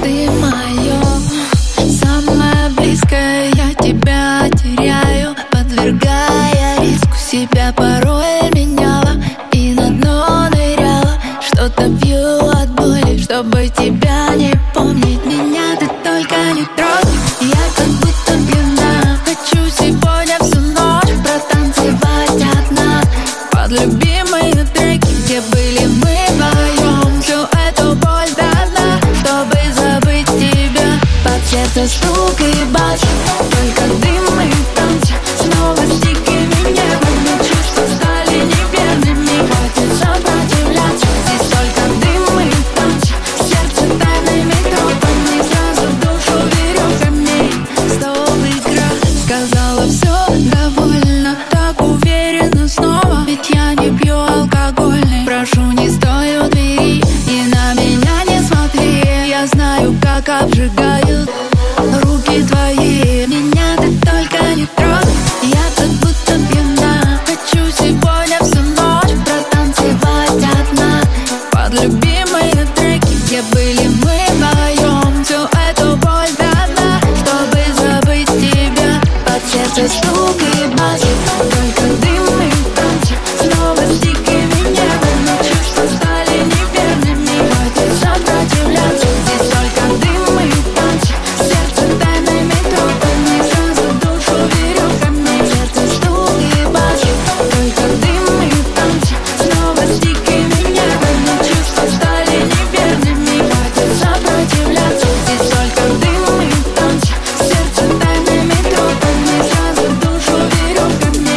Ты мое самое близкое, я тебя теряю, подвергая риску себя. Порой меняла и на дно ныряла, что-то пью от боли, чтобы тебя не помнить. Меня ты только не трогай, я как будто пьяна. Хочу сегодня всю ночь протанцевать одна под любимые треки, где были мы вдвоем. Всю эту боль до дна, чтобы забыть тебя. Под сердце стук и бас, только дым и танцы. Снова с дикими нервами, чувства стали неверными. Хватит сопротивляться, здесь только дым и танцы. Сердце тайными тропами, сразу в душу веревками. Стол игра, сказала все довольно, так уверенно снова. Ведь я не пью алкогольный. Прошу, не стой у двери и на меня не смотри. Я знаю, как обжигают руки твои. Меня ты только не трогай, я как будто пьяна. Хочу сегодня всю ночь протанцевать одна под любимые треки, где были мы вдвоем. Всю эту боль до дна, чтобы забыть тебя. Под сердце стук и бас, только дым и танцы. Снова с дикими нервами, чувства стали неверными. Хватит сопротивляться, здесь только дым и танцы. Сердце тайными тропами, сразу в душу веревками. Сердце стук и бас, только дым и танцы. Снова с дикими нервами, чувства стали неверными. Хватит сопротивляться, здесь только дым и танцы. Сердце тайными тропами, сразу в душу веревками.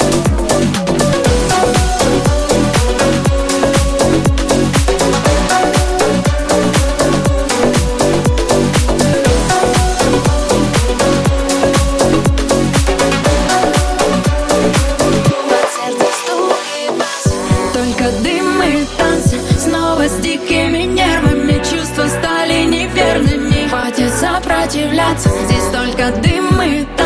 Под сердце стук и бас, только дым и танцы. Снова с дикими нервами, чувства стали неверными. Хватит сопротивляться, здесь только дым и танцы.